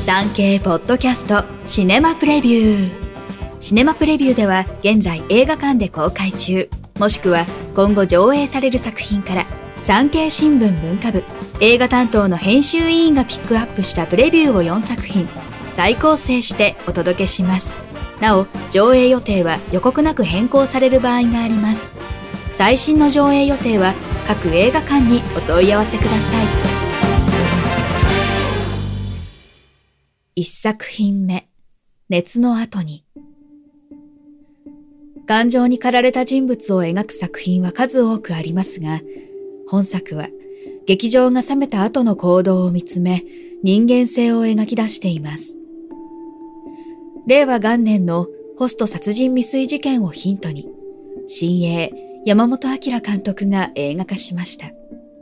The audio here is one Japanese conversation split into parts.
産経ポッドキャストシネマプレビュー。シネマプレビューでは現在映画館で公開中、もしくは今後上映される作品から産経新聞文化部映画担当の編集委員がピックアップしたプレビューを4作品再構成してお届けします。なお、上映予定は予告なく変更される場合があります。最新の上映予定は各映画館にお問い合わせください。1作品目、熱の後に。感情に駆られた人物を描く作品は数多くありますが、本作は劇場が冷めた後の行動を見つめ、人間性を描き出しています。令和元年のホスト殺人未遂事件をヒントに、新鋭山本明監督が映画化しました。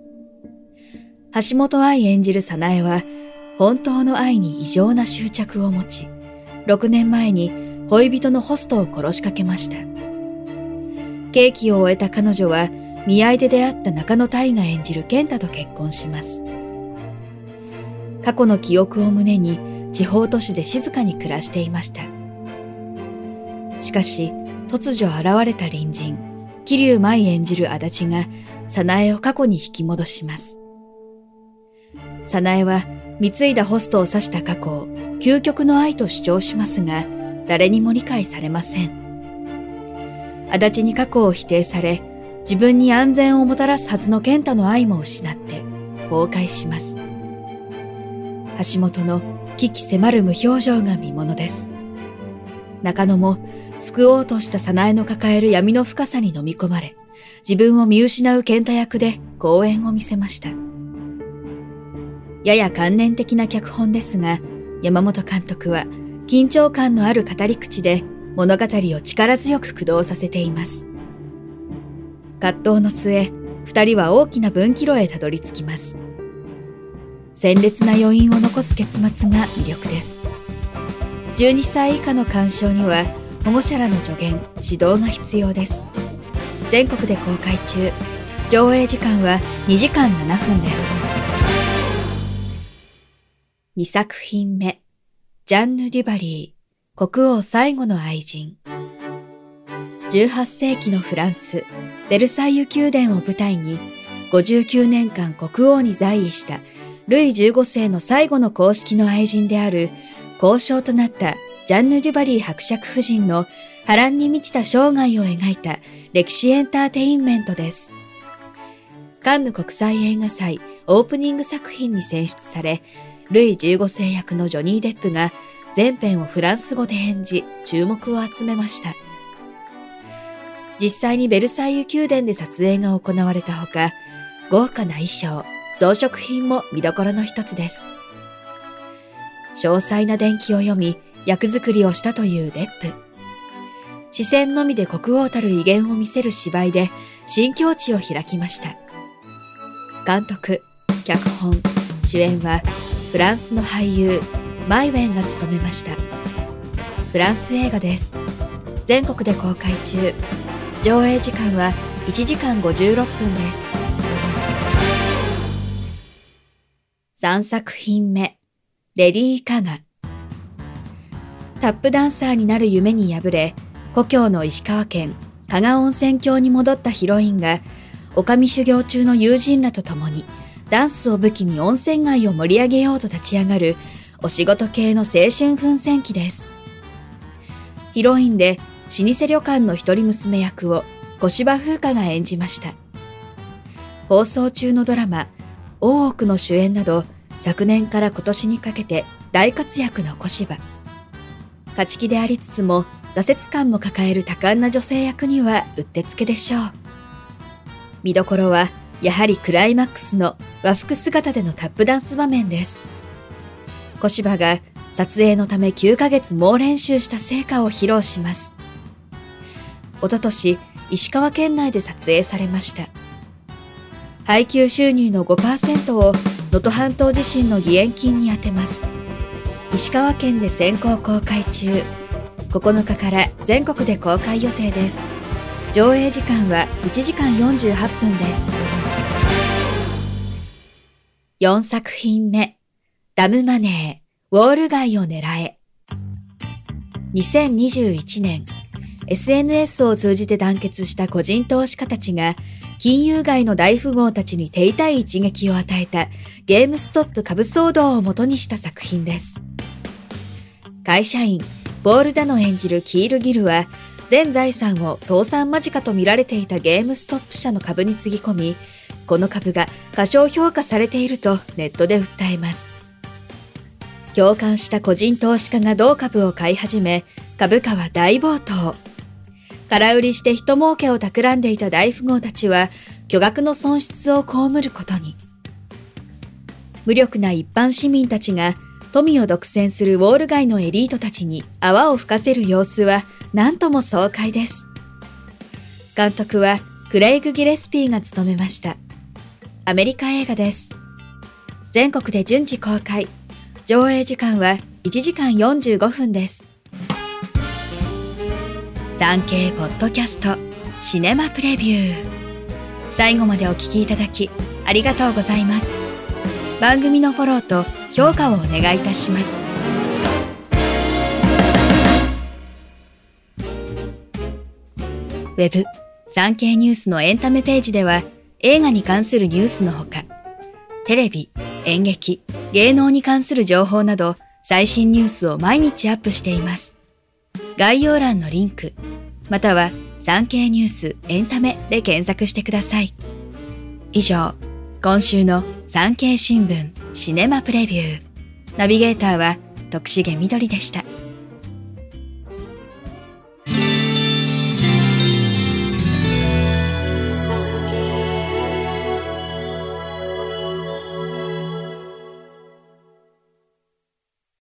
橋本愛演じる早苗は、本当の愛に異常な執着を持ち、6年前に恋人のホストを殺しかけました。刑期を終えた彼女は、見合いで出会った中野大が演じる健太と結婚します。過去の記憶を胸に、地方都市で静かに暮らしていました。しかし、突如現れた隣人、桐生舞演じる足立が、早苗を過去に引き戻します。早苗は、貢いだホストを刺した過去を究極の愛と主張しますが、誰にも理解されません。足立に過去を否定され、自分に安全をもたらすはずの健太の愛も失って崩壊します。橋本の鬼気迫る無表情が見ものです。中野も救おうとした早苗の抱える闇の深さに飲み込まれ、自分を見失う健太役で好演を見せました。やや観念的な脚本ですが、山本監督は緊張感のある語り口で物語を力強く駆動させています。葛藤の末、二人は大きな分岐路へたどり着きます。鮮烈な余韻を残す結末が魅力です。12歳以下の鑑賞には保護者らの助言、指導が必要です。全国で公開中、上映時間は2時間7分です。2作品目、ジャンヌ・デュバリー、国王最後の愛人。18世紀のフランス、ベルサイユ宮殿を舞台に、59年間国王に在位したルイ15世の最後の公式の愛人である、公将となったジャンヌ・デュバリー伯爵夫人の波乱に満ちた生涯を描いた歴史エンターテインメントです。カンヌ国際映画祭オープニング作品に選出され、ルイ15世役のジョニー・デップが全編をフランス語で演じ、注目を集めました。実際にベルサイユ宮殿で撮影が行われたほか、豪華な衣装、装飾品も見どころの一つです。詳細な伝記を読み、役作りをしたというデップ。視線のみで国王たる威厳を見せる芝居で新境地を開きました。監督、脚本、主演はフランスの俳優、マイウェンが務めました。フランス映画です。全国で公開中。上映時間は1時間56分です。3作品目、レディー・カガ。タップダンサーになる夢に敗れ、故郷の石川県加賀温泉郷に戻ったヒロインが、女将修行中の友人らと共に、ダンスを武器に温泉街を盛り上げようと立ち上がるお仕事系の青春奮戦記です。ヒロインで老舗旅館の一人娘役を小芝風花が演じました。放送中のドラマ、大奥の主演など昨年から今年にかけて大活躍の小芝。勝ち気でありつつも挫折感も抱える多感な女性役にはうってつけでしょう。見どころはやはりクライマックスの和服姿でのタップダンス場面です。小芝が撮影のため9ヶ月猛練習した成果を披露します。おととし、石川県内で撮影されました。配給収入の 5% を能登半島地震の義援金に充てます。石川県で先行公開中。9日から全国で公開予定です。上映時間は1時間48分です。4作品目、ダムマネー、 ウォール街を狙え。2021年、SNS を通じて団結した個人投資家たちが、金融街の大富豪たちに手痛い一撃を与えたゲームストップ株騒動を元にした作品です。会社員、ポール・ダノ演じるキール・ギルは、全財産を倒産間近と見られていたゲームストップ社の株につぎ込み、この株が過小評価されているとネットで訴えます。共感した個人投資家が同株を買い始め、株価は大暴騰。空売りして人儲けを企んでいた大富豪たちは、巨額の損失を被ることに。無力な一般市民たちが、富を独占するウォール街のエリートたちに泡を吹かせる様子は、なんとも爽快です。監督は、クレイグ・ギレスピーが務めました。アメリカ映画です。全国で順次公開。上映時間は1時間45分です。産経ポッドキャストシネマプレビュー。最後までお聞きいただきありがとうございます。番組のフォローと評価をお願いいたします。ウェブ産経ニュースのエンタメページでは映画に関するニュースのほか、テレビ、演劇、芸能に関する情報など最新ニュースを毎日アップしています。概要欄のリンク、または産経ニュースエンタメで検索してください。以上、今週の産経新聞シネマプレビュー。ナビゲーターは徳重みどりでした。